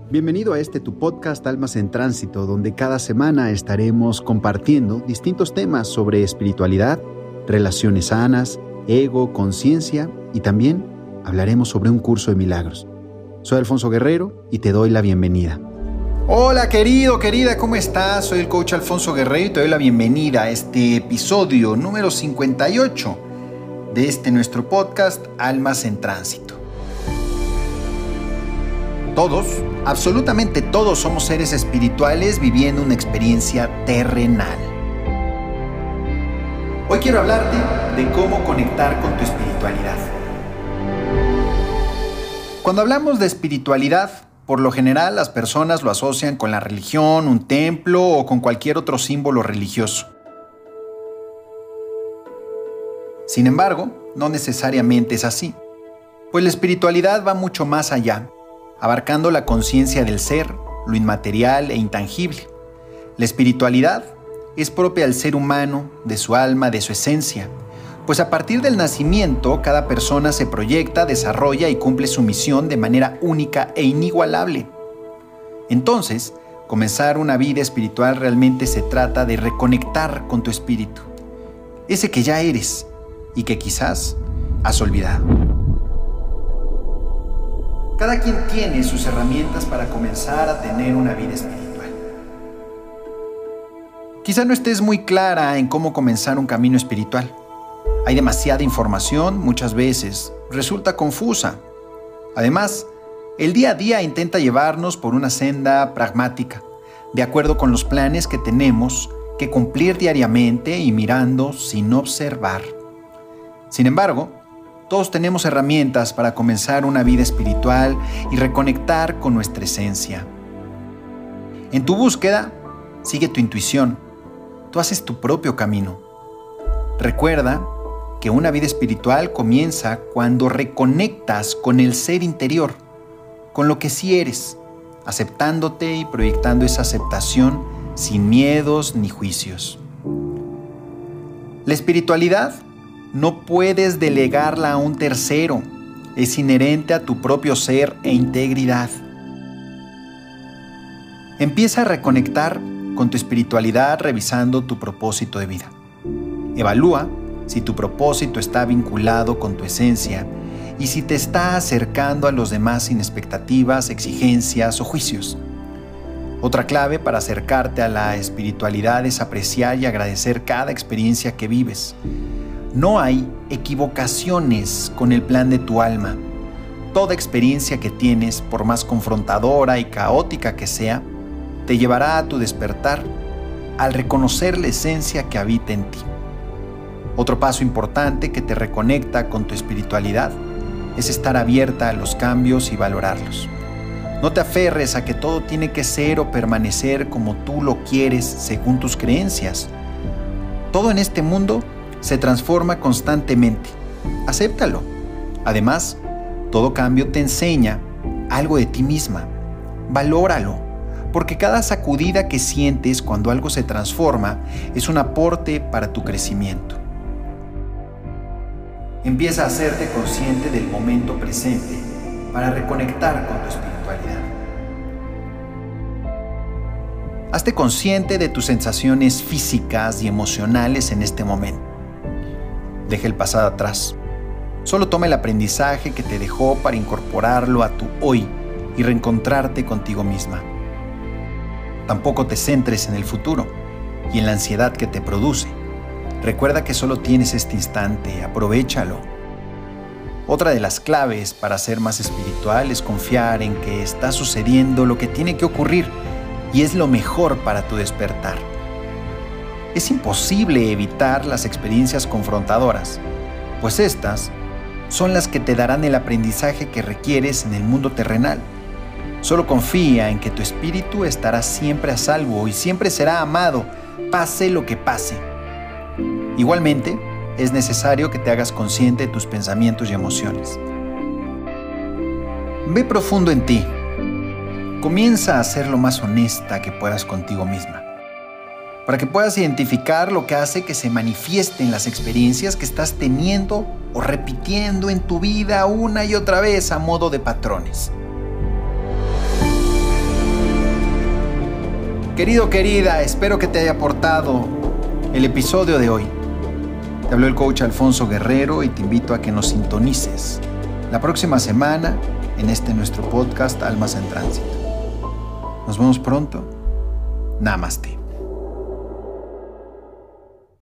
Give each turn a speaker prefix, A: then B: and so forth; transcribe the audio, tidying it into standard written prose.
A: Bienvenido a tu podcast Almas en Tránsito, donde cada semana estaremos compartiendo distintos temas sobre espiritualidad, relaciones sanas, ego, conciencia y también hablaremos sobre un curso de milagros. Soy Alfonso Guerrero y te doy la bienvenida.
B: Hola querida, ¿cómo estás? Soy el coach Alfonso Guerrero y te doy la bienvenida a este episodio número 58 de nuestro podcast Almas en Tránsito. Todos, absolutamente todos somos seres espirituales viviendo una experiencia terrenal. Hoy quiero hablarte de cómo conectar con tu espiritualidad. Cuando hablamos de espiritualidad, por lo general las personas lo asocian con la religión, un templo o con cualquier otro símbolo religioso. Sin embargo, no necesariamente es así, pues la espiritualidad va mucho más allá, abarcando la conciencia del ser, lo inmaterial e intangible. La espiritualidad es propia al ser humano, de su alma, de su esencia, pues a partir del nacimiento cada persona se proyecta, desarrolla y cumple su misión de manera única e inigualable. Entonces, comenzar una vida espiritual realmente se trata de reconectar con tu espíritu, ese que ya eres y que quizás has olvidado. Cada quien tiene sus herramientas para comenzar a tener una vida espiritual. Quizá no estés muy clara en cómo comenzar un camino espiritual. Hay demasiada información, muchas veces resulta confusa. Además, el día a día intenta llevarnos por una senda pragmática, de acuerdo con los planes que tenemos que cumplir diariamente y mirando sin observar. Sin embargo, todos tenemos herramientas para comenzar una vida espiritual y reconectar con nuestra esencia. En tu búsqueda, sigue tu intuición. Tú haces tu propio camino. Recuerda que una vida espiritual comienza cuando reconectas con el ser interior, con lo que sí eres, aceptándote y proyectando esa aceptación sin miedos ni juicios. La espiritualidad no puedes delegarla a un tercero. Es inherente a tu propio ser e integridad. Empieza a reconectar con tu espiritualidad revisando tu propósito de vida. Evalúa si tu propósito está vinculado con tu esencia y si te está acercando a los demás sin expectativas, exigencias o juicios. Otra clave para acercarte a la espiritualidad es apreciar y agradecer cada experiencia que vives. No hay equivocaciones con el plan de tu alma. Toda experiencia que tienes, por más confrontadora y caótica que sea, te llevará a tu despertar al reconocer la esencia que habita en ti. Otro paso importante que te reconecta con tu espiritualidad es estar abierta a los cambios y valorarlos. No te aferres a que todo tiene que ser o permanecer como tú lo quieres según tus creencias. Todo en este mundo se transforma constantemente. Acéptalo. Además, todo cambio te enseña algo de ti misma. Valóralo, porque cada sacudida que sientes cuando algo se transforma es un aporte para tu crecimiento. Empieza a hacerte consciente del momento presente para reconectar con tu espiritualidad. Hazte consciente de tus sensaciones físicas y emocionales en este momento. Deja el pasado atrás. Solo toma el aprendizaje que te dejó para incorporarlo a tu hoy y reencontrarte contigo misma. Tampoco te centres en el futuro y en la ansiedad que te produce. Recuerda que solo tienes este instante, aprovéchalo. Otra de las claves para ser más espiritual es confiar en que está sucediendo lo que tiene que ocurrir y es lo mejor para tu despertar. Es imposible evitar las experiencias confrontadoras, pues estas son las que te darán el aprendizaje que requieres en el mundo terrenal. Solo confía en que tu espíritu estará siempre a salvo y siempre será amado, pase lo que pase. Igualmente, es necesario que te hagas consciente de tus pensamientos y emociones. Ve profundo en ti. Comienza a ser lo más honesta que puedas contigo misma, para que puedas identificar lo que hace que se manifiesten las experiencias que estás teniendo o repitiendo en tu vida una y otra vez a modo de patrones. Querido, querida, espero que te haya aportado el episodio de hoy. Te habló el coach Alfonso Guerrero y te invito a que nos sintonices la próxima semana en este nuestro podcast Almas en Tránsito. Nos vemos pronto. Namaste.